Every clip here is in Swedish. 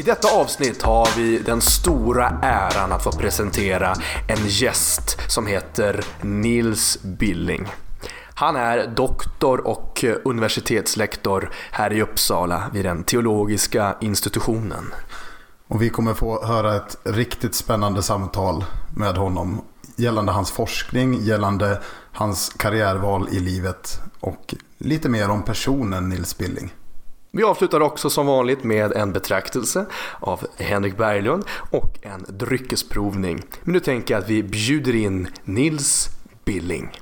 I detta avsnitt har vi den stora äran att få presentera en gäst som heter Nils Billing. Han är doktor och universitetslektor här i Uppsala vid den teologiska institutionen. Och vi kommer få höra ett riktigt spännande samtal med honom gällande hans forskning, gällande hans karriärval i livet och lite mer om personen Nils Billing. Vi avslutar också som vanligt med en betraktelse av Henrik Berglund och en dryckesprovning. Men nu tänker jag att vi bjuder in Nils Billing.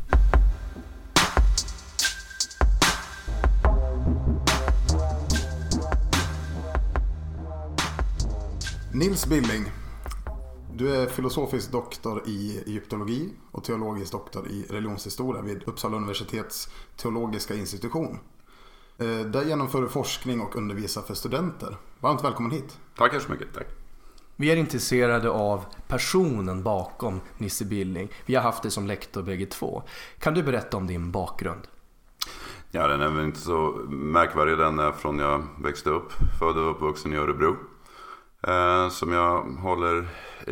Nils Billing, du är filosofisk doktor i egyptologi och teologisk doktor i religionshistoria vid Uppsala universitets teologiska institution. Där genomför du forskning och undervisar för studenter. Varmt välkommen hit. Tack så mycket, tack. Vi är intresserade av personen bakom Nils Billing. Vi har haft det som lektor bägge två. Kan du berätta om din bakgrund? Ja, den är väl inte så märkvärdig. Den är från jag växte upp, född och uppvuxen i Örebro. Som jag håller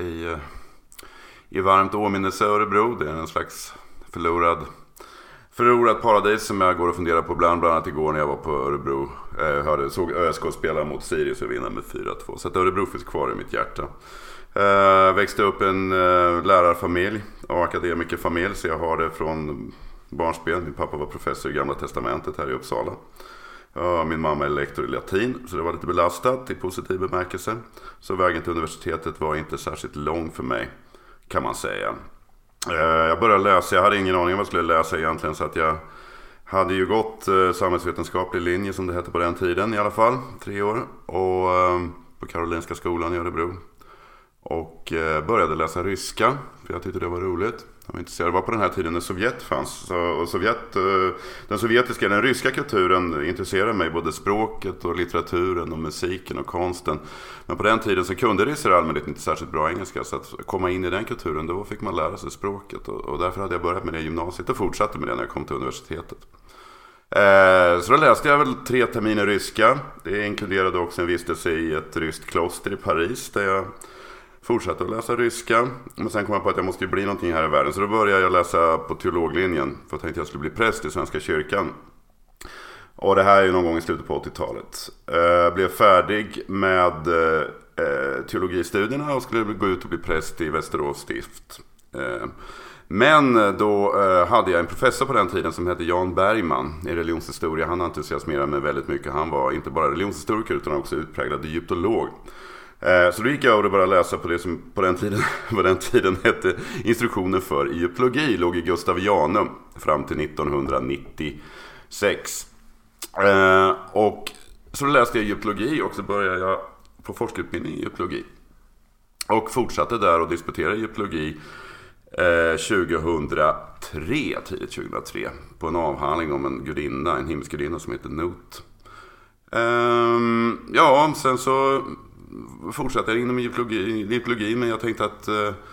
i varmt åminnelse Örebro. Det är en slags förlorad paradis som jag går och funderar på bland annat igår när jag var på Örebro. Såg ÖSK spela mot Sirius och vinna med 4-2. Så att Örebro finns kvar i mitt hjärta. Växte upp en lärarfamilj och akademikerfamilj, så jag har det från barnsben. Min pappa var professor i Gamla testamentet här i Uppsala. Min mamma är lektor i latin, så det var lite belastat i positiv bemärkelse. Så vägen till universitetet var inte särskilt lång för mig, kan man säga. Jag började läsa, jag hade ingen aning om vad jag skulle läsa egentligen, så att jag hade ju gått samhällsvetenskaplig linje som det hette på den tiden i alla fall, 3 år, och på Karolinska skolan i Örebro. Och började läsa ryska, för jag tyckte det var roligt. Jag var intresserad. Det var på den här tiden när Sovjet fanns. Och den ryska kulturen intresserade mig, både språket och litteraturen och musiken och konsten. Men på den tiden så kunde ryssar allmänhet inte särskilt bra engelska. Så att komma in i den kulturen, då fick man lära sig språket. Och därför hade jag börjat med det i gymnasiet och fortsatte med det när jag kom till universitetet. Så då läste jag väl 3 terminer ryska. Det inkluderade också en vistelse i ett ryskt kloster i Paris, där jag fortsatte att läsa ryska. Men sen kom jag på att jag måste bli någonting här i världen. Så då började jag läsa på teologlinjen, för jag tänkte att jag skulle bli präst i Svenska kyrkan. Och det här är ju någon gång i slutet på 80-talet. Jag blev färdig med teologistudierna och skulle gå ut och bli präst i Västerås stift. Men då hade jag en professor på den tiden som hette Jan Bergman i religionshistoria. Han entusiasmerade mig väldigt mycket. Han var inte bara religionshistoriker utan också utpräglad egyptolog. Så då gick jag och började läsa på det som på den tiden hette instruktioner för egyptologi. Låg i Gustavianum fram till 1996. Och så läste jag egyptologi och så började jag på forskarutbildning i egyptologi. Och fortsatte där och disputerade i egyptologi tidigt 2003 på en avhandling om en himmelsk gudinna som heter Nut. Sen så fortsatte jag inom egyptologi, men jag tänkte att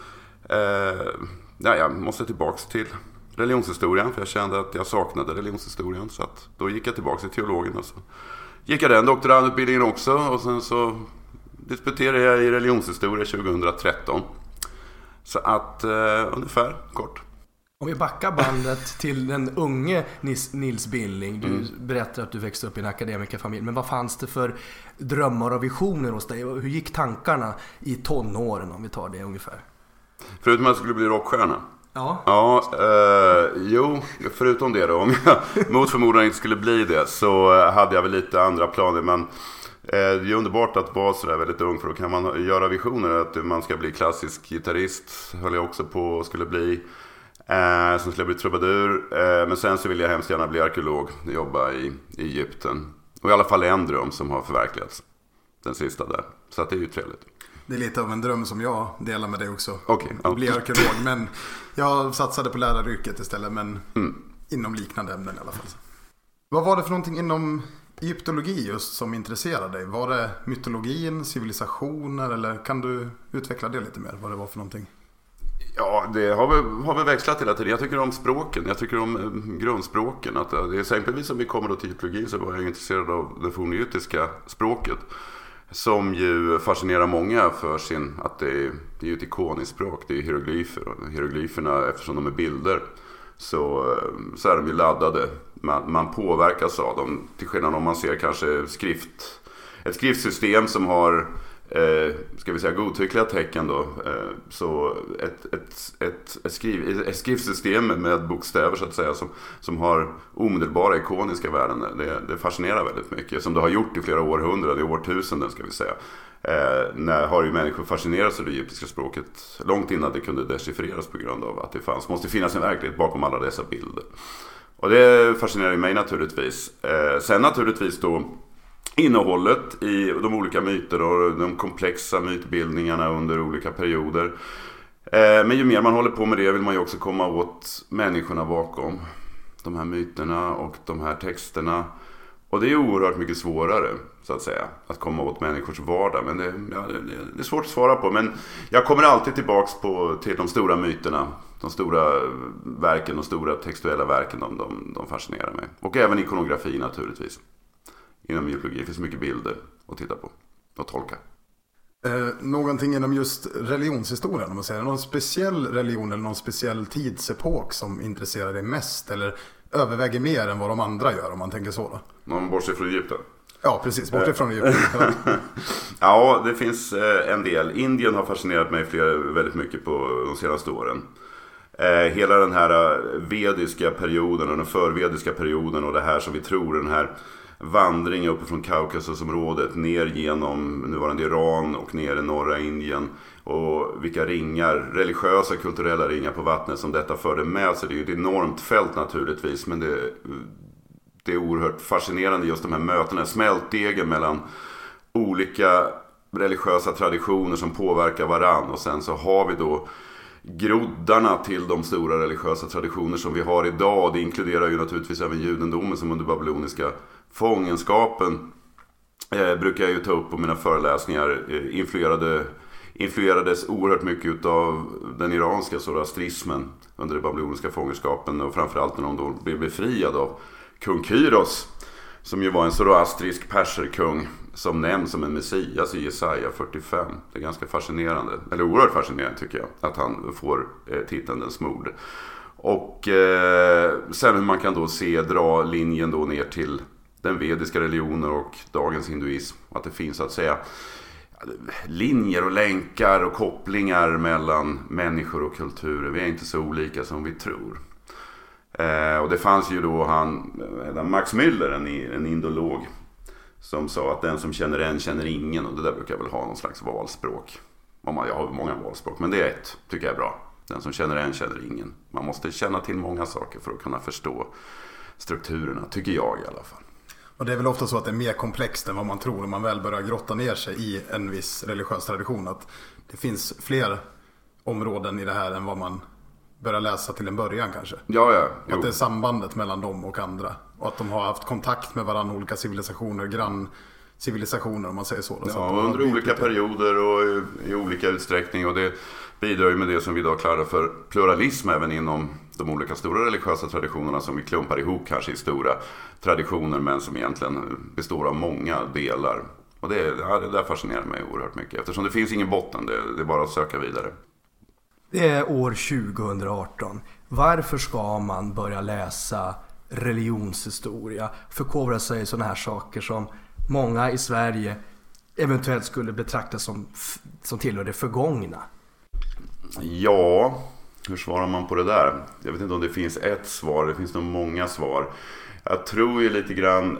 jag måste tillbaka till religionshistorien, för jag kände att jag saknade religionshistorien. Så att då gick jag tillbaka till teologen och så gick jag den doktorandutbildningen också, och sen så disputerade jag i religionshistoria 2013. Så att ungefär kort. Om vi backar bandet till den unge Nils Billing. Du berättar att du växte upp i en akademikerfamilj. Men vad fanns det för drömmar och visioner hos dig? Hur gick tankarna i tonåren, om vi tar det ungefär? Förutom att jag skulle bli rockstjärna. Ja. Förutom det då. Om jag mot förmodan inte skulle bli det, så hade jag väl lite andra planer. Men det är underbart att vara så där väldigt ung, för då kan man göra visioner. Att man ska bli klassisk gitarrist höll jag också på och skulle bli. Sen skulle jag bli trubadur, men sen så vill jag hemskt gärna bli arkeolog och jobba i Egypten. Och i alla fall en dröm som har förverkligats, den sista där. Så att det är ju trevligt. Det är lite av en dröm som jag delar med dig också. Okay, ja. Bli arkeolog, men jag satsade på läraryrket istället, men inom liknande ämnen i alla fall. Vad var det för någonting inom egyptologi just som intresserade dig? Var det mytologin, civilisationer, eller kan du utveckla det lite mer, vad det var för någonting? Ja, det har vi växlat hela tiden. Jag tycker om språken, jag tycker om grundspråken. Att det är exempelvis om vi kommer då till egyptologin, så var jag intresserad av det fornegyptiska språket. som ju fascinerar många för att det är ju ett ikoniskt språk, det är hieroglyfer, och hieroglyferna, eftersom de är bilder, så är de ju laddade. Man påverkas av dem, till skillnad om man ser kanske ett skriftsystem som har ska vi säga godtyckliga tecken då, så ett skriftsystem med bokstäver så att säga som har omedelbara ikoniska värden, det fascinerar väldigt mycket, som det har gjort i flera århundraden, i årtusenden ska vi säga. När har ju människor fascinerats av det egyptiska språket långt innan det kunde dechiffreras, på grund av att det måste finnas en verklighet bakom alla dessa bilder. Och det fascinerar mig naturligtvis. Sen naturligtvis då innehållet i de olika myter och de komplexa mytbildningarna under olika perioder. Men ju mer man håller på med det vill man ju också komma åt människorna bakom de här myterna och de här texterna. Och det är oerhört mycket svårare, så att säga, att komma åt människors vardag. Men det är svårt att svara på. Men jag kommer alltid tillbaks till de stora myterna. De stora verken, de stora textuella verken, de fascinerar mig. Och även ikonografi naturligtvis. Inom mytologi finns mycket bilder att titta på och tolka. Någonting inom just religionshistorien, om man säger, någon speciell religion eller någon speciell tidsepok som intresserar dig mest eller överväger mer än vad de andra gör, om man tänker så då? Man bortser från Egypten. Ja, precis. Bortsett från Egypten. Ja, det finns en del. Indien har fascinerat mig väldigt mycket på de senaste åren. Hela den här vediska perioden och den förvediska perioden och det här som vi tror, den här vandringen uppifrån Kaukasusområdet ner genom nuvarande Iran och ner i norra Indien, och vilka ringar, religiösa, kulturella ringar på vattnet som detta förde med sig. Det är ju ett enormt fält naturligtvis, men det är oerhört fascinerande just de här mötena, smältdegen mellan olika religiösa traditioner som påverkar varann, och sen så har vi då groddarna till de stora religiösa traditioner som vi har idag. Det inkluderar ju naturligtvis även judendomen, som under babyloniska fångenskapen brukar jag ju ta upp på mina föreläsningar, influerades oerhört mycket av den iranska zoroastrismen under den babyloniska fångenskapen, och framförallt när de då blev befriade av kung Kyros, som ju var en zoroastrisk perserkung som nämns som en messias i Jesaja 45. Det är ganska fascinerande, eller oerhört fascinerande tycker jag, att han får titeln den smorde. Och sen hur man kan då dra linjen då ner till den vediska religionen och dagens hinduism, att det finns så att säga linjer och länkar och kopplingar mellan människor och kulturer. Vi är inte så olika som vi tror. Och det fanns ju då Max Müller, en indolog, som sa att den som känner en känner ingen, och det där brukar väl ha någon slags valspråk. Jag har många valspråk, men det är ett, tycker jag är bra. Den som känner en känner ingen. Man måste känna till många saker för att kunna förstå strukturerna, tycker jag i alla fall. Och det är väl ofta så att det är mer komplext än vad man tror när man väl börjar grotta ner sig i en viss religiös tradition. Att det finns fler områden i det här än vad man börjar läsa till en början kanske. Ja. Att det är sambandet mellan dem och andra. Och att de har haft kontakt med varandra, olika civilisationer, granncivilisationer om man säger så. Ja, under olika perioder och i olika utsträckning. Och det bidrar ju med det som vi idag kallar för pluralism även inom de olika stora religiösa traditionerna, som vi klumpar ihop kanske i stora traditioner, men som egentligen består av många delar. Och det där fascinerar mig oerhört mycket, eftersom det finns ingen botten, det är bara att söka vidare. Det är år 2018. Varför ska man börja läsa religionshistoria, förkovra sig i sådana här saker som många i Sverige eventuellt skulle betrakta som tillhör det förgångna? Ja, hur svarar man på det där? Jag vet inte om det finns ett svar, det finns nog många svar. Jag tror ju lite grann,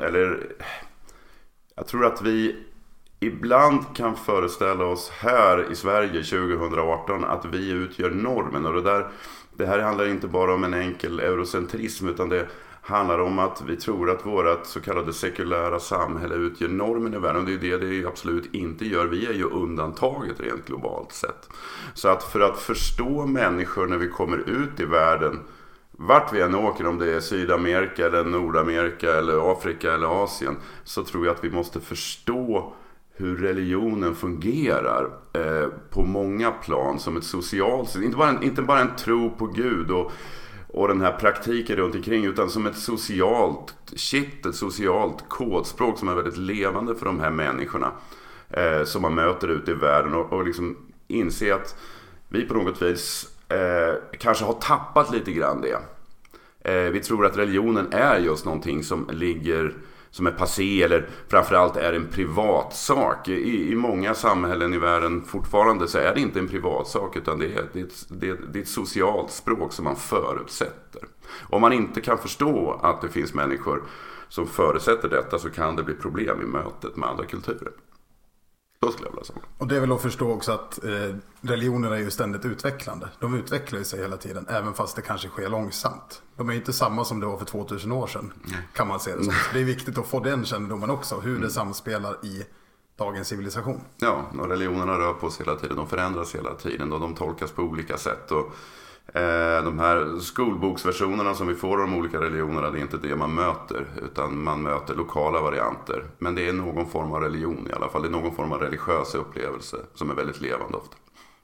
jag tror att vi ibland kan föreställa oss här i Sverige 2018 att vi utgör normen. Och det här handlar inte bara om en enkel eurocentrism, utan det handlar om att vi tror att vårt så kallade sekulära samhälle utgör normen i världen. Och det är det absolut inte gör. Vi är ju undantaget rent globalt sett. Så att för att förstå människor när vi kommer ut i världen, vart vi än åker, om det är Sydamerika eller Nordamerika eller Afrika eller Asien, så tror jag att vi måste förstå hur religionen fungerar på många plan som ett socialt, inte bara en tro på Gud och den här praktiken runt omkring, utan som ett socialt kodspråk som är väldigt levande för de här människorna. som man möter ute i världen och liksom inse att vi på något vis kanske har tappat lite grann det. Vi tror att religionen är just någonting som är passé eller framförallt är en privatsak. I många samhällen i världen fortfarande så är det inte en privatsak, utan det är ett socialt språk som man förutsätter. Om man inte kan förstå att det finns människor som förutsätter detta, så kan det bli problem i mötet med andra kulturer. Så skulle jag vilja säga. Och det är väl att förstå också att religionerna är ju ständigt utvecklande. De utvecklar ju sig hela tiden, även fast det kanske sker långsamt. De är ju inte samma som det var för 2000 år sedan, kan man se det som. Det är viktigt att få den kännedomen också, hur det samspelar i dagens civilisation. Ja, och religionerna rör på sig hela tiden, de förändras hela tiden och de tolkas på olika sätt. Och de här skolboksversionerna som vi får av de olika religionerna, det är inte det man möter, utan man möter lokala varianter. Men det är någon form av religion i alla fall, det är någon form av religiös upplevelse som är väldigt levande ofta.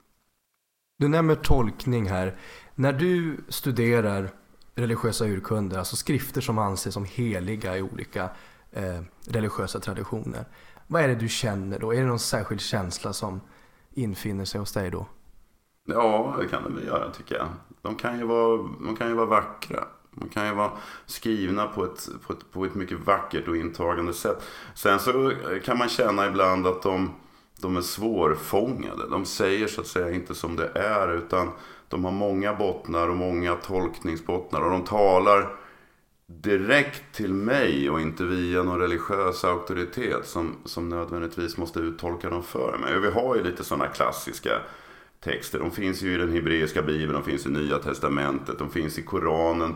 Du nämner tolkning här. När du studerar religiösa urkunder, alltså skrifter som anses som heliga i olika religiösa traditioner, vad är det du känner då? Är det någon särskild känsla som infinner sig hos dig då? Ja, det kan det väl göra, tycker jag. De kan ju vara vackra. De kan ju vara skrivna på ett mycket vackert och intagande sätt. Sen så kan man känna ibland att de är svårfångade. De säger så att säga inte som det är, utan de har många bottnar och många tolkningsbottnar. Och de talar direkt till mig och inte via någon religiös auktoritet som nödvändigtvis måste uttolka dem för mig. Och vi har ju lite sådana klassiska texter. De finns ju i den hebreiska bibeln, de finns i Nya testamentet, de finns i Koranen.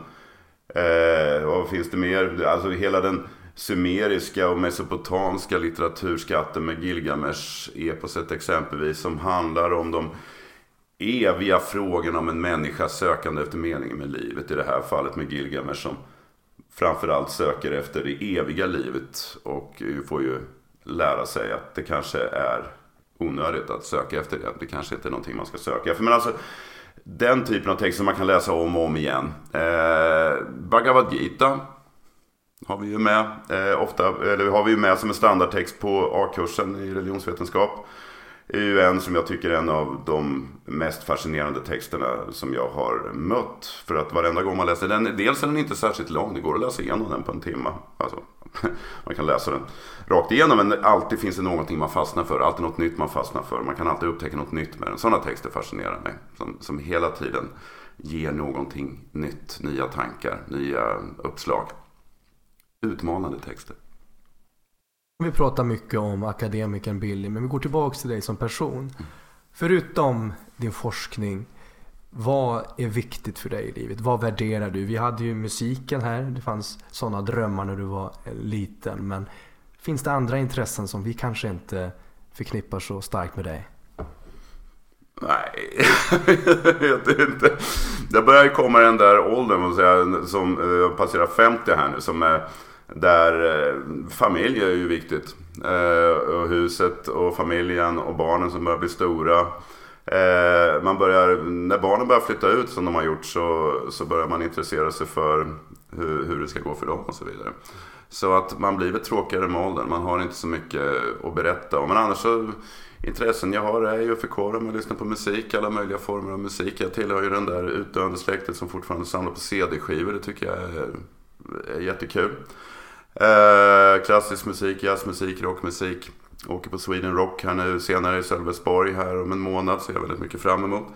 Vad finns det mer? Alltså hela den sumeriska och mesopotamska litteraturskatten med Gilgamesh-eposet exempelvis, som handlar om de eviga frågorna om en människa sökande efter meningen med livet. I det här fallet med Gilgamesh som framförallt söker efter det eviga livet och får ju lära sig att det kanske är onödigt att söka efter det. Det kanske inte är någonting man ska söka efter. Men alltså den typen av text som man kan läsa om och om igen. Bhagavad Gita har vi ju med har vi ju med som en standardtext på A-kursen i religionsvetenskap. Det är ju en som jag tycker är en av de mest fascinerande texterna som jag har mött. För att varenda gång man läser den, dels är den inte särskilt lång, det går att läsa igenom den på en timme. Alltså, man kan läsa den rakt igenom, men alltid finns det någonting man fastnar för, alltid något nytt man fastnar för. Man kan alltid upptäcka något nytt med den. Sådana texter fascinerar mig, som hela tiden ger någonting nytt, nya tankar, nya uppslag. Utmanande texter. Vi pratar mycket om akademikern Billy, men vi går tillbaka till dig som person. Förutom din forskning, vad är viktigt för dig i livet? Vad värderar du? Vi hade ju musiken här, det fanns sådana drömmar när du var liten, men finns det andra intressen som vi kanske inte förknippar så starkt med dig? Nej, jag vet inte. Det börjar ju komma den där åldern som passerar 50 här nu, som är där familj är ju viktigt. Och huset och familjen och barnen som börjar bli stora. När barnen börjar flytta ut som de har gjort, så börjar man intressera sig för hur det ska gå för dem och så vidare. Så att man blir väl tråkigare med åldern. Man har inte så mycket att berätta om. Men annars så intressen jag har är ju att förkovra mig och lyssna på musik, alla möjliga former av musik. Jag tillhör ju den där utdöende släktet som fortfarande samlar på CD-skivor. Det tycker jag är jättekul. Klassisk musik, jazzmusik, rockmusik. Åker på Sweden Rock här nu senare i Sölvesborg här om en månad, så jag väldigt mycket fram emot.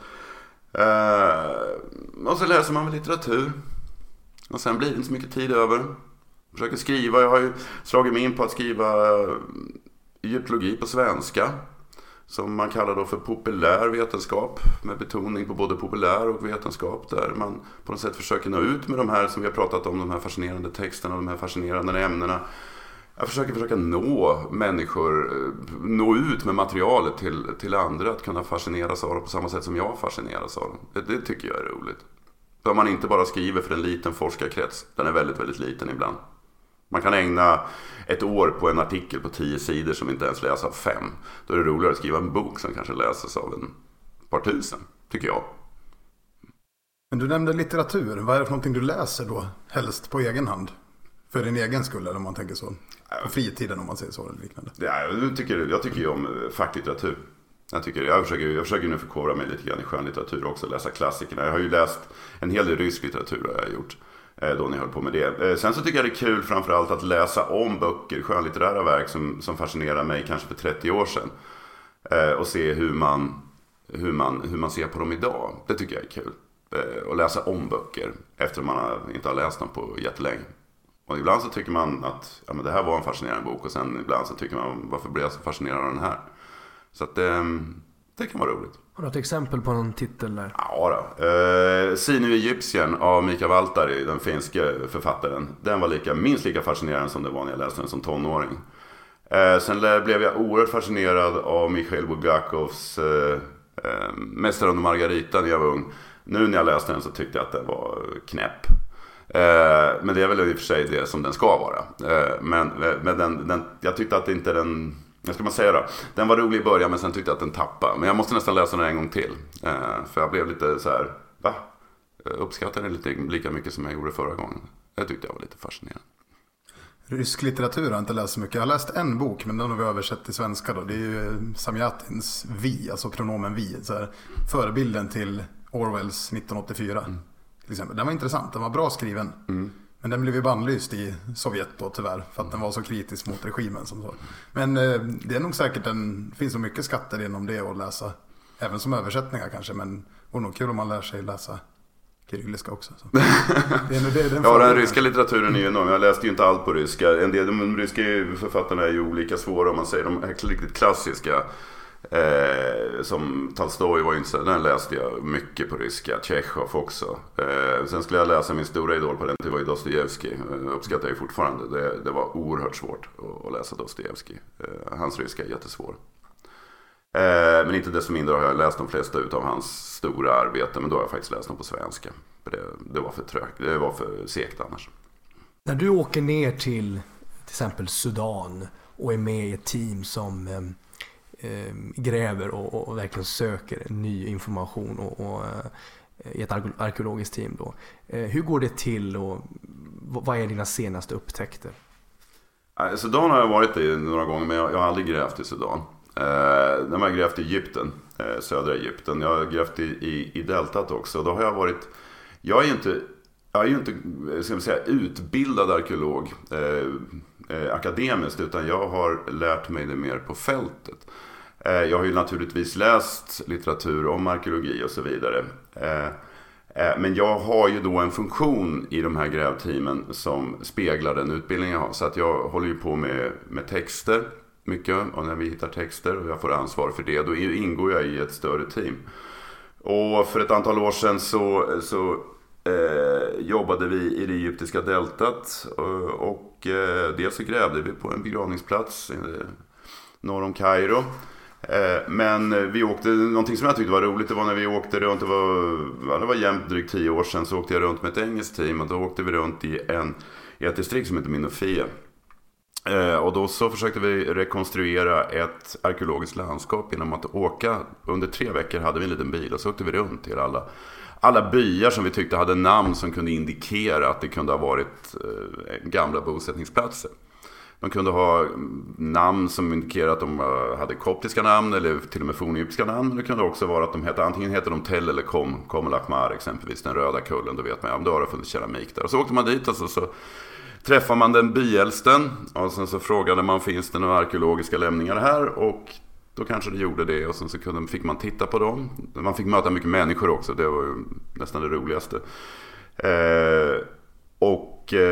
Och så läser man väl litteratur. Och sen blir det inte så mycket tid över. Försöker skriva, jag har ju slagit mig in på att skriva egyptologi på svenska, som man kallar då för populär vetenskap, med betoning på både populär och vetenskap, där man på något sätt försöker nå ut med de här som vi har pratat om, de här fascinerande texterna, de här fascinerande ämnena. Jag försöker nå människor, nå ut med materialet till andra, att kunna fascineras av det på samma sätt som jag fascineras av det. Det tycker jag är roligt. Så man inte bara skriver för en liten forskarkrets, den är väldigt, väldigt liten ibland. Man kan ägna ett år på en artikel på 10 sidor som inte ens läses av 5. Då är det roligare att skriva en bok som kanske läses av ett par tusen, tycker jag. Men du nämnde litteratur. Vad är det för någonting du läser då, helst på egen hand? För din egen skull, eller om man tänker så? På fritiden, om man säger så eller liknande. Ja, jag tycker ju om facklitteratur. Jag försöker nu förkovra mig lite grann i skönlitteratur också, läsa klassikerna. Jag har ju läst en hel del rysk litteratur har jag gjort då när jag höll på med det. Sen så tycker jag det är kul framförallt att läsa om böcker, skönlitterära verk som fascinerar mig kanske för 30 år sedan. Och se hur man ser på dem idag. Det tycker jag är kul. Och läsa om böcker efter man inte har läst dem på jättelänge. Och ibland så tycker man att men det här var en fascinerande bok. Och sen ibland så tycker man, varför blev jag så fascinerad av den här? Så att det kan vara roligt. Har du ett exempel på någon titel där? Ja då. Sinu Egyptien av Mika Waltari, den finska författaren. Den var minst lika fascinerande som det var när jag läste den som tonåring. Sen blev jag oerhört fascinerad av Mikhail Bulgakovs Mästaren och Margarita när jag var ung. Nu när jag läste den så tyckte jag att den var knäpp. Men det är väl i och för sig det som den ska vara. Men jag tyckte att inte den... Vad ska man säga då? Den var rolig i början men sen tyckte jag att den tappade. Men jag måste nästan läsa den en gång till. För jag blev lite så här... Va? Jag uppskattade den lika mycket som jag gjorde förra gången. Det tyckte jag var lite fascinerande. Rysk litteratur har jag inte läst så mycket. Jag har läst en bok, men den har vi översatt till svenska då. Det är ju Samjatins Vi, alltså pronomen vi. Så här, förebilden till Orwells 1984 till exempel. Den var intressant, den var bra skriven. Men den blev ju bannlyst i Sovjet då tyvärr, för att den var så kritisk mot regimen som så. Men det är nog säkert finns så mycket skatter inom det att läsa. Även som översättningar kanske, men det är nog kul om man lär sig läsa kyrilliska också. Så. Den ryska litteraturen är ju enorm. Jag läste ju inte allt på ryska. En del de ryska författarna är ju olika svåra om man säger. De är riktigt klassiska. Som Tolstoj var ju inte så. Den läste jag mycket på ryska. Tjechov också. Sen skulle jag läsa min stora idol på den. Det var ju Dostojevskij. Uppskattar jag ju fortfarande. Det var oerhört svårt att läsa Dostojevskij. Hans ryska är jättesvår. Men inte desto mindre har jag läst de flesta utav hans stora arbeten. Men då har jag faktiskt läst dem på svenska. För det var för trögt. Det var för segt annars. När du åker ner till exempel Sudan och är med i ett team som gräver och verkligen söker ny information och i ett arkeologiskt team då. Hur går det till och vad är dina senaste upptäckter? Sudan har jag varit i några gånger, men jag har aldrig grävt i Sudan. När man har grävt i Egypten, södra Egypten. Jag har grävt i deltat också. Då har jag varit... Jag är ju inte ska man säga, utbildad arkeolog akademiskt, utan jag har lärt mig det mer på fältet. Jag har ju naturligtvis läst litteratur om arkeologi och så vidare. Men jag har ju då en funktion i de här grävteamen som speglar den utbildning jag har. Så att jag håller ju på med texter mycket, och när vi hittar texter och jag får ansvar för det, då ingår jag i ett större team. Och för ett antal år sedan så jobbade vi i det egyptiska deltat och dels så grävde vi på en begravningsplats norr om Kairo. Men vi åkte, någonting som jag tyckte var roligt, det var när vi åkte runt, det var jämnt drygt 10 år sedan, så åkte jag runt med ett engelskt team, och då åkte vi runt i ett distrikt som heter Minofia. Och då så försökte vi rekonstruera ett arkeologiskt landskap genom att åka, under 3 veckor hade vi en liten bil och så åkte vi runt till alla byar som vi tyckte hade namn som kunde indikera att det kunde ha varit gamla bosättningsplatser. De kunde ha namn som indikerar att de hade koptiska namn eller till och med fornegyptiska namn. Men det kunde också vara att de antingen heter de Tell eller Kom el Ahmar, exempelvis den röda kullen. Då vet man, ja, då har det funnits keramik där. Och så åkte man dit och så träffade man den byäldsten. Och sen så frågade man, finns det några arkeologiska lämningar här? Och då kanske det gjorde det. Och sen så fick man titta på dem. Man fick möta mycket människor också. Det var ju nästan det roligaste. Och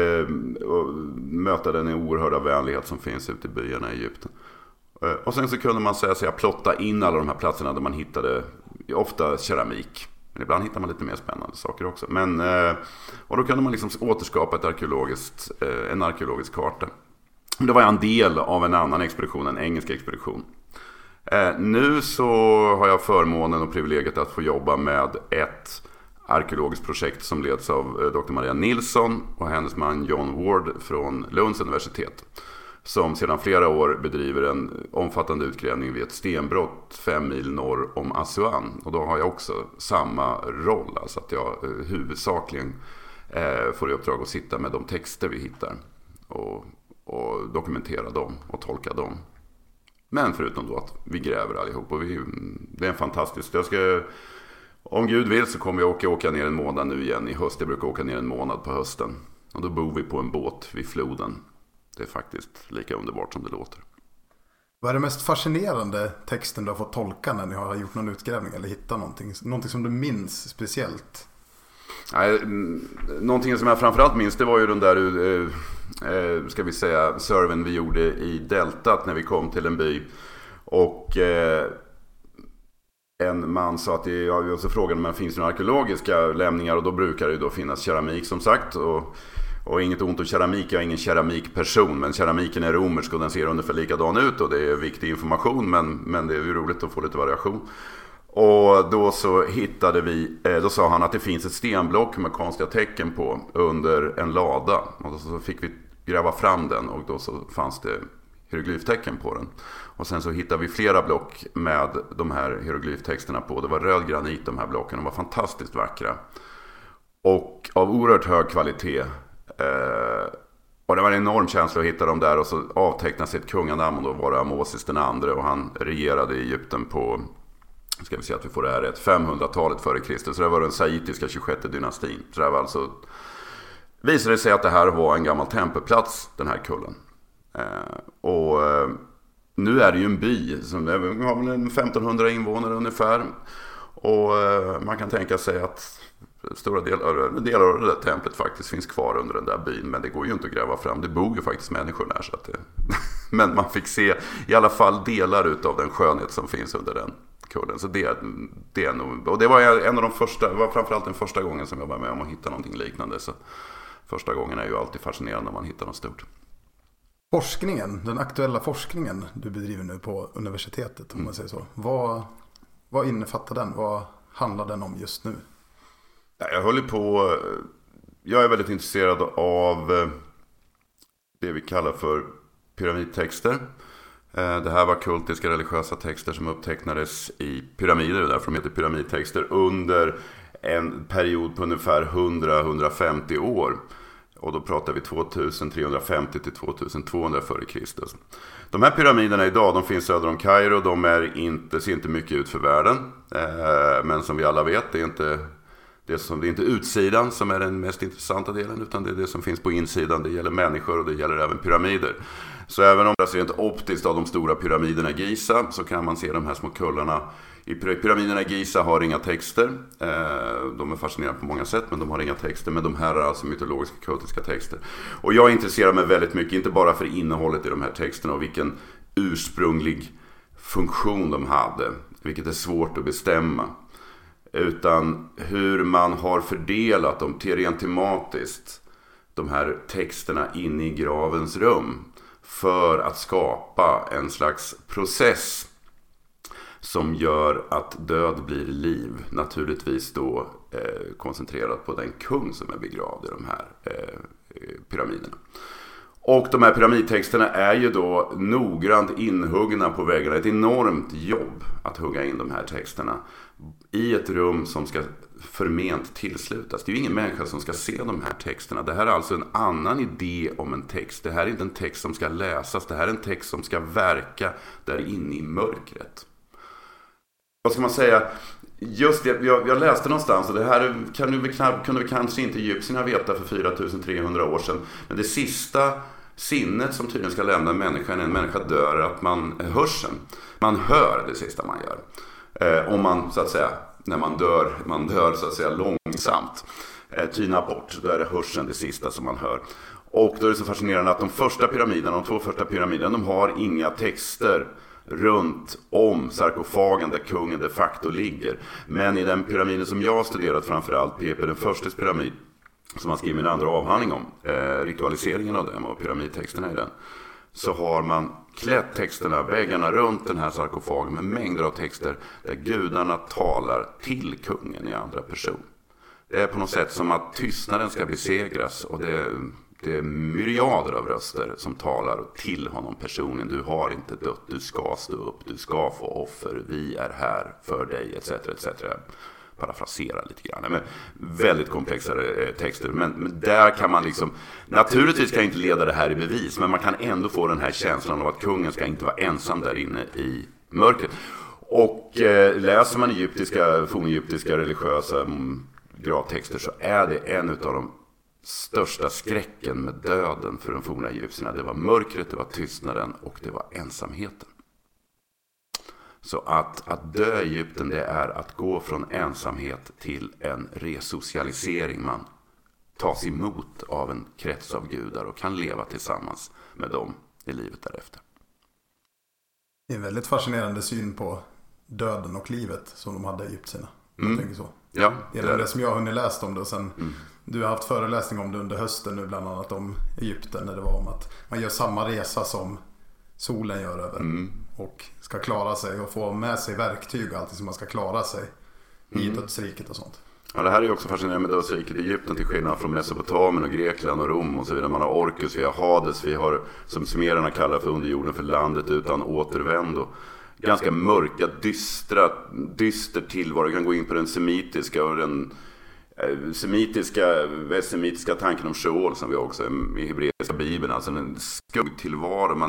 möta den oerhörda vänlighet som finns ute i byarna i Egypten. Och sen så kunde man säga plotta in alla de här platserna där man hittade ofta keramik. Men ibland hittar man lite mer spännande saker också. Och då kunde man liksom återskapa en arkeologisk karta. Det var en del av en annan expedition, en engelsk expedition. Nu så har jag förmånen och privilegiet att få jobba med ett arkeologiskt projekt som leds av Dr. Maria Nilsson och hennes man John Ward från Lunds universitet, som sedan flera år bedriver en omfattande utgrävning vid ett stenbrott 5 mil norr om Assuan. Och då har jag också samma roll, alltså att jag huvudsakligen får i uppdrag att sitta med de texter vi hittar. och dokumentera dem och tolka dem. Men förutom då att vi gräver allihop. Och det är en fantastisk... Om Gud vill så kommer jag åka ner en månad nu igen i höst. Jag brukar åka ner en månad på hösten. Och då bor vi på en båt vid floden. Det är faktiskt lika underbart som det låter. Vad är det mest fascinerande texten du har fått tolka när ni har gjort någon utgrävning eller hittat någonting? Någonting som du minns speciellt? Nej, någonting som jag framförallt minns, det var ju den där ska vi säga serven vi gjorde i deltat när vi kom till en by. Och en man sa att jag så frågade om det finns några arkeologiska lämningar, och då brukar det då finnas keramik som sagt. Och inget ont om keramik, jag är ingen keramikperson, men keramiken är romersk och den ser ungefär likadan ut och det är viktig information, men det är ju roligt att få lite variation. Och då så hittade vi, då sa han att det finns ett stenblock med konstiga tecken på under en lada. Och då så fick vi gräva fram den och då så fanns det hieroglyftecken på den. Och sen så hittade vi flera block med de här hieroglyftexterna på. Det var röd granit, de här blocken, de var fantastiskt vackra. Och av oerhört hög kvalitet. Och det var en enorm känsla att hitta dem där, och så avtecknas ett kunganamn, och då var det Amosis den andre, och han regerade i Egypten på, ska vi se att vi får det här rätt, 500-talet före Kristus. Så det var den saitiska 26:e dynastin. Så det var alltså, visade det sig att det här var en gammal tempelplats, den här kullen. Och nu är det ju en by som har väl 1500 invånare ungefär. Och man kan tänka sig att stora delar av det där templet faktiskt finns kvar under den där byn. Men det går ju inte att gräva fram. Det bor ju faktiskt människor där. Så att men man fick se i alla fall delar av den skönhet som finns under den kullen. Så det är nog, och det var en av de första, det var framförallt den första gången som jag var med om att hitta någonting liknande. Så första gången är ju alltid fascinerande när man hittar något stort. Forskningen, den aktuella forskningen du bedriver nu på universitetet, om man säger så. Vad innefattar den? Vad handlar den om just nu? Jag är väldigt intresserad av det vi kallar för pyramidtexter. Det här var kultiska religiösa texter som upptecknades i pyramider, därför de heter pyramidtexter, under en period på ungefär 100-150 år. Och då pratar vi 2350 till 2200 före Kristus. De här pyramiderna idag, de finns söder om Kairo. De ser inte mycket ut för världen. Men som vi alla vet, det är inte utsidan som är den mest intressanta delen, utan det är det som finns på insidan. Det gäller människor och det gäller även pyramider. Så även om det ser inte optiskt av de stora pyramiderna i Giza, så kan man se de här små kullarna. I pyramiderna i Giza har inga texter. De är fascinerande på många sätt, men de har inga texter. Men de här är alltså mytologiska kultiska texter. Och jag intresserar mig väldigt mycket, inte bara för innehållet i de här texterna och vilken ursprunglig funktion de hade, vilket är svårt att bestämma, utan hur man har fördelat dem rent tematiskt, de här texterna inne i gravens rum, för att skapa en slags process som gör att död blir liv, naturligtvis då koncentrerat på den kung som är begravd i de här pyramiderna. Och de här pyramidtexterna är ju då noggrant inhuggna på väggarna. Ett enormt jobb att hugga in de här texterna i ett rum som ska förment tillslutas. Det är ju ingen människa som ska se de här texterna. Det här är alltså en annan idé om en text. Det här är inte en text som ska läsas. Det här är en text som ska verka där inne i mörkret. Vad ska man säga? Just det, jag läste någonstans, och det här kunde vi kanske inte egyptierna veta för 4300 år sedan. Men det sista sinnet som tydligen ska lämna människan när en människa dör, att hörseln. Man hör det sista man gör. Om man så att säga, när man dör så att säga långsamt, tynar bort, då är det hörseln det sista som man hör. Och då är det så fascinerande att de två första pyramiderna, de har inga texter runt om sarkofagen där kungen de facto ligger. Men i den pyramiden som jag har studerat, framförallt Pepe den förstes pyramid, som han skriver en andra avhandling om, ritualiseringen av den och pyramidtexterna i den, så har man klätt texterna, väggarna runt den här sarkofagen med mängder av texter där gudarna talar till kungen i andra person. Det är på något sätt som att tystnaden ska besegras, och det är myriader av röster som talar till honom personligen. Du har inte dött, du ska stå upp, du ska få offer, vi är här för dig, etc. etc. parafrasera lite grann. Men väldigt komplexa texter. Men där kan man liksom, naturligtvis kan jag inte leda det här i bevis, men man kan ändå få den här känslan av att kungen ska inte vara ensam där inne i mörkret. Och läser man fornegyptiska religiösa gravtexter så är det en av de största skräcken med döden för de forna egyptierna. Det var mörkret, det var tystnaden och det var ensamheten. Så att dö i Egypten, det är att gå från ensamhet till en resocialisering. Man tas emot av en krets av gudar och kan leva tillsammans med dem i livet därefter. Det är en väldigt fascinerande syn på döden och livet som de hade i egyptierna. Jag tänker så. Ja, det är det som jag har hunnit läst om det. Och sen, du har haft föreläsning om det under hösten nu, bland annat om Egypten, när det var om att man gör samma resa som solen gör över och ska klara sig och få med sig verktyg och allting som man ska klara sig i dödsriket och sånt. Ja, det här är ju också fascinerande med dödsriket i Egypten, till skillnad från Mesopotamien och Grekland och Rom och så vidare. Man har Orkus, vi har Hades, vi har, som sumererna kallar för underjorden, för landet utan återvändo. Ganska mörka, dyster tillvaro. Vi kan gå in på den semitiska och den västsemitiska tanken om Sheol som vi också i hebreiska bibeln, alltså en skuggtillvaro.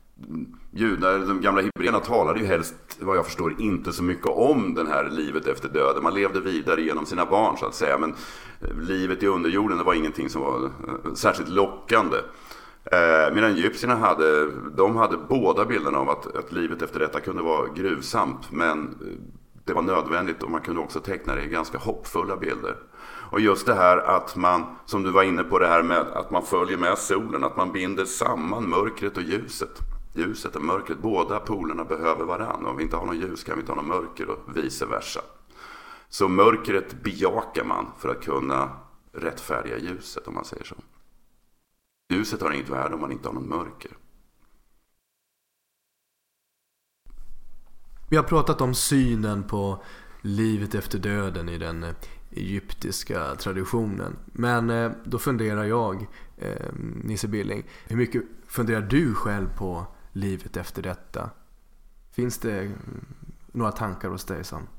De gamla hebreerna talade ju helst, vad jag förstår, inte så mycket om den här livet efter döden. Man levde vidare genom sina barn så att säga, men livet i underjorden, det var ingenting som var särskilt lockande. Medan egyptierna hade båda bilderna av att livet efter detta kunde vara gruvsamt, men det var nödvändigt, och man kunde också teckna det i ganska hoppfulla bilder. Och just det här att man, som du var inne på, det här med att man följer med solen, att man binder samman mörkret och ljuset. Ljuset och mörkret, båda polerna behöver varandra. Om vi inte har någon ljus kan vi inte ha någon mörker och vice versa. Så mörkret bejakar man för att kunna rättfärdiga ljuset, om man säger så. Ljuset har inget värde om man inte har någon mörker. Vi har pratat om synen på livet efter döden i den egyptiska traditionen. Men då funderar jag, Nisse Billing, hur mycket funderar du själv på livet efter detta? Finns det några tankar hos dig som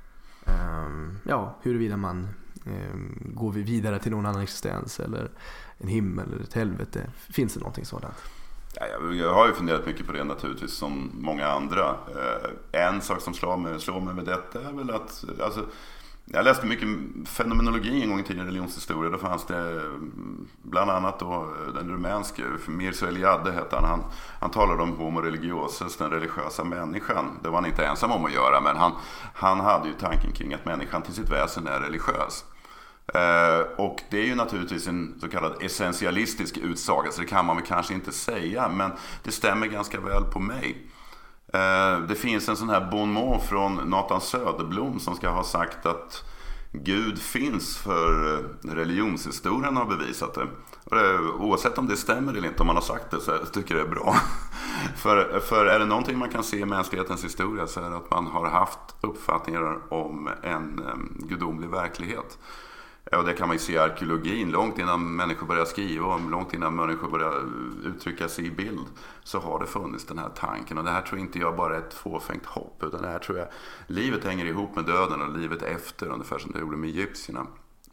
huruvida man går vi vidare till någon annan existens eller en himmel eller ett helvete? Finns det någonting sådant? Ja, jag har ju funderat mycket på det naturligtvis, som många andra. En sak som slår mig med detta är väl att, alltså, jag läste mycket fenomenologi en gång i tiden i religionshistoria. Då fanns det bland annat då den rumänske Mircea Eliade hette han talade om homo religiosus, den religiösa människan. Det var han inte ensam om att göra, men han hade ju tanken kring att människan till sitt väsen är religiös. Och det är ju naturligtvis en så kallad essentialistisk utsaga, så det kan man väl kanske inte säga, men det stämmer ganska väl på mig. Det finns en sån här bon mot från Nathan Söderblom som ska ha sagt att Gud finns, för religionshistorien har bevisat det. Och oavsett om det stämmer eller inte, om man har sagt det, så tycker jag det är bra. För är det någonting man kan se i mänsklighetens historia, så är det att man har haft uppfattningar om en gudomlig verklighet. Och det kan man ju se i arkeologin, långt innan människor börjar skriva och långt innan människor börjar uttrycka sig i bild, så har det funnits den här tanken. Och det här tror inte jag bara är ett fåfängt hopp, utan det här tror jag, livet hänger ihop med döden och livet efter, ungefär som det gjorde med egyptierna.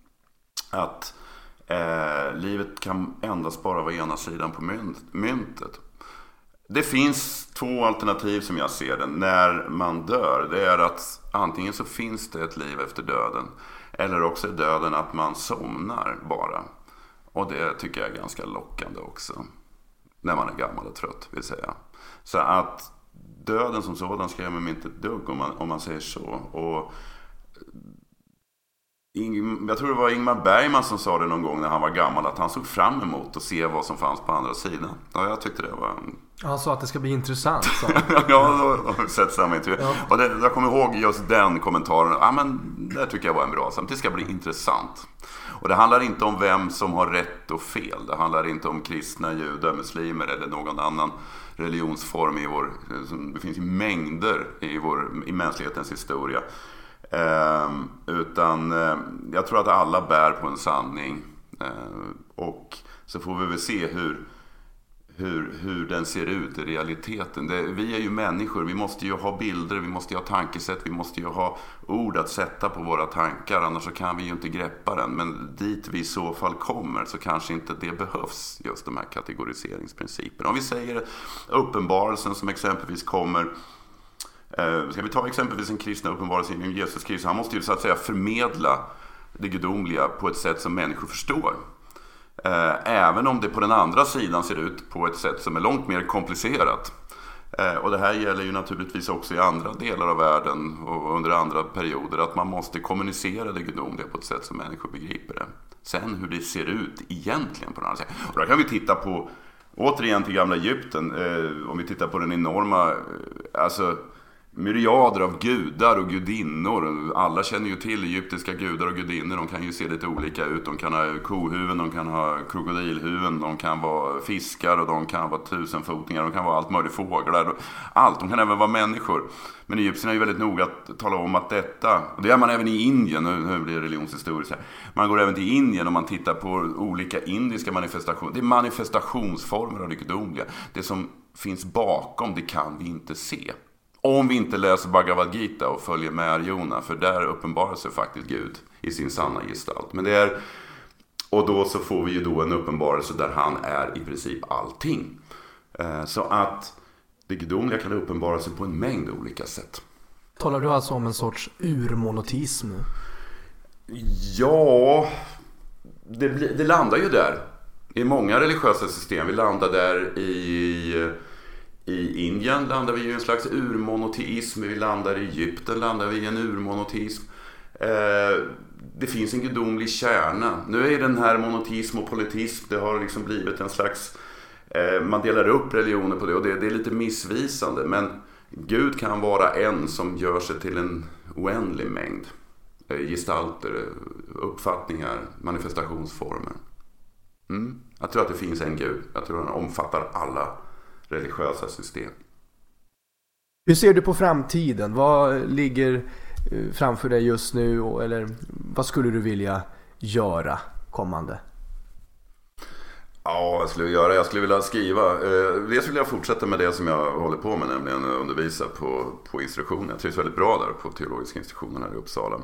Att livet kan endast bara vara ena sidan på myntet. Det finns två alternativ som jag ser det när man dör. Det är att antingen så finns det ett liv efter döden, eller också är döden att man somnar bara. Och det tycker jag är ganska lockande också, när man är gammal och trött, vill säga. Så att döden som sådan skrämmer mig inte ett dugg, om man säger så. Och jag tror det var Ingmar Bergman som sa det någon gång när han var gammal, att han såg fram emot att se vad som fanns på andra sidan. Ja, jag tyckte det var... Han sa att det ska bli intressant. Så. Ja, då har vi sett samma intervju. Ja. Och jag kommer ihåg just den kommentaren. Ja, men det tycker jag var en bra sak. Det ska bli intressant. Och det handlar inte om vem som har rätt och fel. Det handlar inte om kristna, judar, muslimer eller någon annan religionsform i vår... Det finns ju mängder i mänsklighetens historia. Utan jag tror att alla bär på en sanning, och så får vi väl se hur den ser ut i realiteten. Vi är ju människor, vi måste ju ha bilder, vi måste ju ha tankesätt, vi måste ju ha ord att sätta på våra tankar, annars så kan vi ju inte greppa den. Men dit vi i så fall kommer så kanske inte det behövs, just de här kategoriseringsprinciperna. Om vi säger uppenbarelsen som exempelvis kommer, ska vi ta exempelvis en kristna uppenbarelse inom Jesus Kristus, han måste ju så att säga förmedla det gudomliga på ett sätt som människor förstår. Även om det på den andra sidan ser ut på ett sätt som är långt mer komplicerat. Och det här gäller ju naturligtvis också i andra delar av världen och under andra perioder, att man måste kommunicera det gudomliga på ett sätt som människor begriper det. Sen hur det ser ut egentligen på den andra sidan. Och då kan vi titta på, återigen till gamla Egypten, om vi tittar på den enorma, myriader av gudar och gudinnor. Alla känner ju till egyptiska gudar och gudinnor. De kan ju se lite olika ut. De kan ha kohuvuden, de kan ha krokodilhuvuden, de kan vara fiskar och de kan vara tusenfotingar, de kan vara allt möjligt, fåglar. Allt, de kan även vara människor. Men egyptierna är ju väldigt noga att tala om att detta, och det är man även i Indien, nu blir det religionshistoriskt här. Man går även till Indien och man tittar på olika indiska manifestationer. Det är manifestationsformer av det gudomliga. Det som finns bakom, det kan vi inte se. Om vi inte läser Bhagavad Gita och följer med Arjuna, för där uppenbarar sig faktiskt Gud i sin sanna gestalt. Men det är, och då så får vi ju då en uppenbarelse där han är i princip allting. Så att det gudomliga kan uppenbara sig på en mängd olika sätt. Talar du alltså om en sorts urmonotism? Ja, det landar ju där. I många religiösa system, vi landar där i Indien landar vi i en slags urmonoteism. Vi landar i Egypten landar vi i en urmonoteism. Det finns en gudomlig kärna. Nu är den här monoteism och politism, det har liksom blivit en slags, man delar upp religioner på det, och det är lite missvisande. Men Gud kan vara en som gör sig till en oändlig mängd gestalter, uppfattningar, manifestationsformer. Jag tror att det finns en Gud. Jag tror att den omfattar alla religiösa system. Hur ser du på framtiden? Vad ligger framför dig just nu, eller vad skulle du vilja göra kommande? Ja, jag skulle vilja skriva. Dels vill jag fortsätta med det som jag håller på med, nämligen undervisa på instruktion. Jag trivs väldigt bra där på teologiska institutionen här i Uppsala.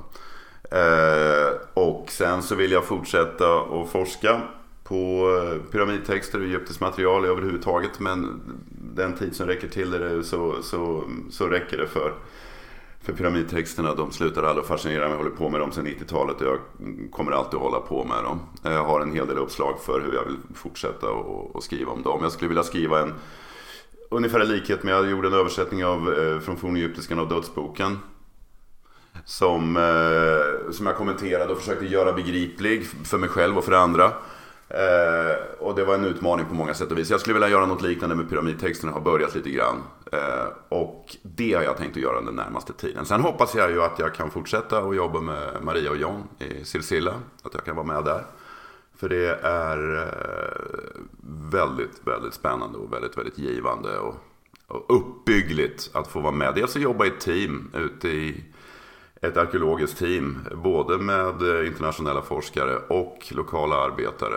Och sen så vill jag fortsätta att forska på pyramidtexter och egyptiskt material överhuvudtaget, men den tid som räcker till det så räcker det för pyramidtexterna. De slutar aldrig fascinera mig. Jag håller på med dem sedan 90-talet och jag kommer alltid att hålla på med dem. Jag har en hel del uppslag för hur jag vill fortsätta och skriva om dem. Jag skulle vilja skriva en ungefär i likhet med, jag gjorde en översättning från fornegyptiskan av Dödsboken som jag kommenterade och försökte göra begriplig för mig själv och för andra. Och det var en utmaning på många sätt och vis. Jag skulle vilja göra något liknande med pyramidtexterna, har börjat lite grann. Och det har jag tänkt att göra den närmaste tiden. Sen hoppas jag ju att jag kan fortsätta och jobba med Maria och John i Silsilla. Att jag kan vara med där. För det är väldigt, väldigt spännande och väldigt, väldigt givande och uppbyggligt att få vara med. Dels att jobba i ett team ute i ett arkeologiskt team, både med internationella forskare och lokala arbetare.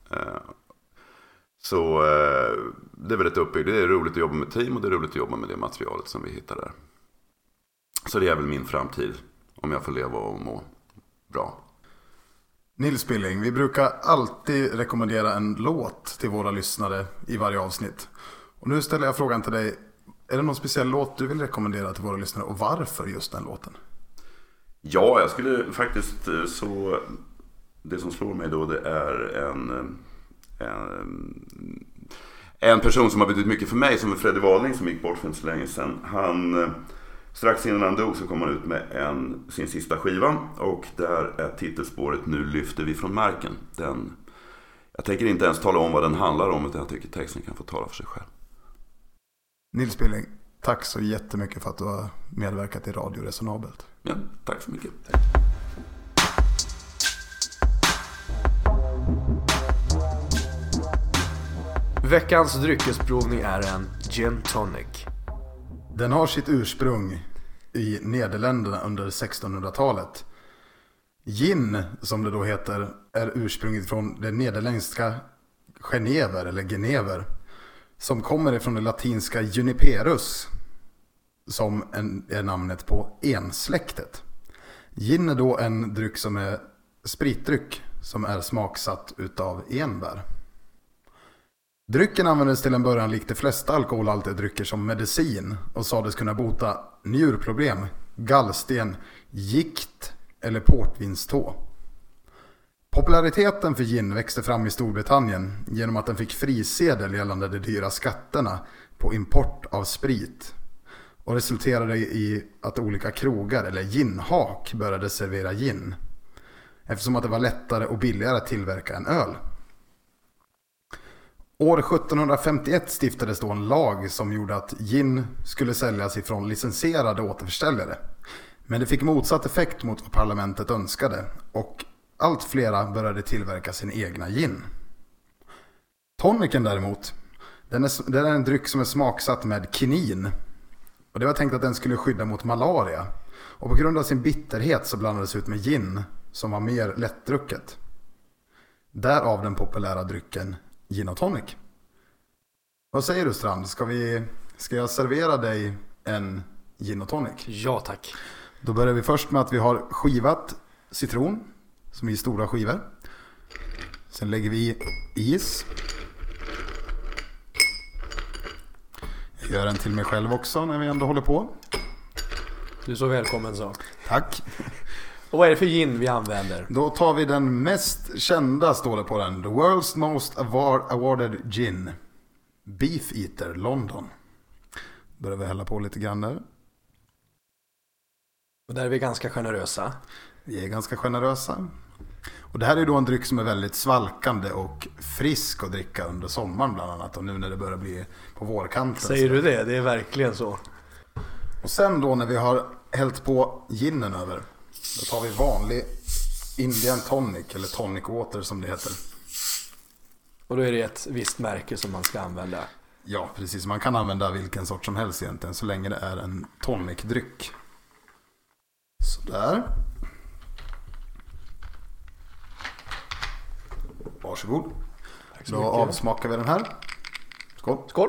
Så det är väldigt uppbyggt. Det är roligt att jobba med team och det är roligt att jobba med det materialet som vi hittar där. Så det är väl min framtid, om jag får leva och må bra. Nils Billing, vi brukar alltid rekommendera en låt till våra lyssnare i varje avsnitt. Och nu ställer jag frågan till dig, är det någon speciell låt du vill rekommendera till våra lyssnare och varför just den låten? Ja, jag skulle faktiskt det som slår mig då, det är en person som har betytt mycket för mig, som är Freddy Wadling, som gick bort för inte så länge sedan. Han, strax innan han dog så kom han ut med sin sista skiva, och där är titelspåret Nu lyfter vi från marken. Jag tänker inte ens tala om vad den handlar om, utan jag tycker texten kan få tala för sig själv. Nils Billing, tack så jättemycket för att du har medverkat i Radio Resonabelt. Ja, tack så mycket. Veckans dryckesprovning är en gin tonic. Den har sitt ursprung i Nederländerna under 1600-talet. Gin, som det då heter, är ursprunget från det nederländska Genever eller Genever. som kommer ifrån det latinska juniperus, som är namnet på ensläktet. Gin är då en dryck som är spritdryck som är smaksatt utav enbär. Drycken användes till en början likt de flesta alkoholhaltiga drycker som medicin och sades kunna bota njurproblem, gallsten, gikt eller portvinstå. Populariteten för gin växte fram i Storbritannien genom att den fick frisedel gällande de dyra skatterna på import av sprit och resulterade i att olika krogar eller ginhak började servera gin eftersom att det var lättare och billigare att tillverka en öl. År 1751 stiftades då en lag som gjorde att gin skulle säljas ifrån licensierade återförsäljare. Men det fick motsatt effekt mot vad parlamentet önskade och allt flera började tillverka sin egna gin. Tonicen däremot, den är en dryck som är smaksatt med kinin. Och det var tänkt att den skulle skydda mot malaria. Och på grund av sin bitterhet så blandades ut med gin som var mer lättdrucket. Därav den populära drycken gin och tonic. Vad säger du, Strand? Ska jag servera dig en gin och tonic? Ja, tack. Då börjar vi först med att vi har skivat citron som är i stora skivor. Sen lägger vi i is. Jag gör en till mig själv också när vi ändå håller på. Du är så välkommen så. Tack. Och vad är det för gin vi använder? Då tar vi den mest kända, står det på den. The World's Most Awarded Gin. Beef Eater, London. Börjar vi hälla på lite grann där. Och där är vi ganska generösa. Vi är ganska generösa. Och det här är då en dryck som är väldigt svalkande och frisk att dricka under sommaren bland annat. Och nu när det börjar bli på vårkanten. Säger du det? Det är verkligen så. Och sen då när vi har hällt på ginen över, då tar vi vanlig Indian tonic eller tonic water som det heter. Och då är det ett visst märke som man ska använda. Ja, precis. Man kan använda vilken sort som helst egentligen så länge det är en tonicdryck. Sådär. Varsågod. Då avsmakar vi den här. Skål. Skål.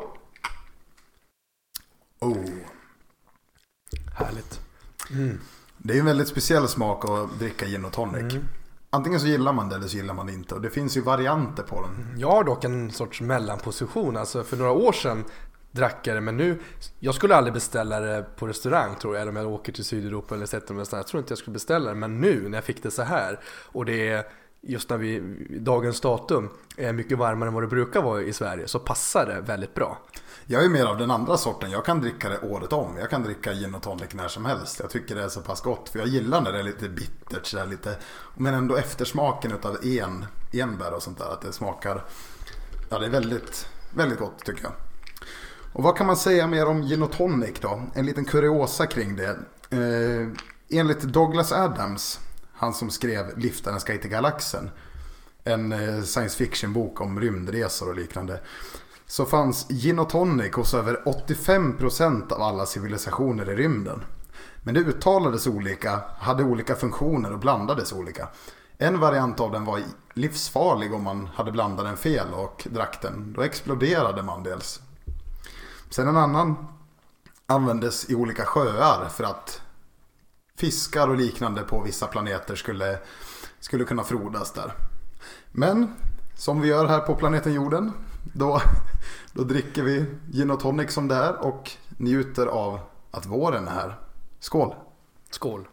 Oh. Härligt. Det är en väldigt speciell smak att dricka gin och tonic. Antingen så gillar man det eller så gillar man det inte. Och det finns ju varianter på den. Jag har dock en sorts mellanposition. Alltså för några år sedan drack jag det, men nu, jag skulle aldrig beställa det på restaurang tror jag, eller om jag åker till Sydeuropa eller sätter mig någonstans. Jag tror inte jag skulle beställa det, men nu när jag fick det så här och det är just när vi, dagens datum är mycket varmare än vad det brukar vara i Sverige, så passar det väldigt bra. Jag är mer av den andra sorten. Jag kan dricka det året om. Jag kan dricka gin och tonic när som helst. Jag tycker det är så pass gott. För jag gillar när det är lite bittert så där lite, men ändå eftersmaken utav enbär och sånt där. Att det smakar, ja, det är väldigt, väldigt gott tycker jag. Och vad kan man säga mer om gin och tonic då? En liten kuriosa kring det. Enligt Douglas Adams, han som skrev Liftaren ska till galaxen, en science fiction bok om rymdresor och liknande, så fanns gin och tonic hos över 85% av alla civilisationer i rymden. Men det uttalades olika, hade olika funktioner och blandades olika. En variant av den var livsfarlig om man hade blandat den fel och drack den. Då exploderade man dels. Sen en annan användes i olika sjöar för att fiskar och liknande på vissa planeter skulle kunna frodas där. Men som vi gör här på planeten jorden, då dricker vi gin och tonic som det är och njuter av att våren är här. Skål! Skål!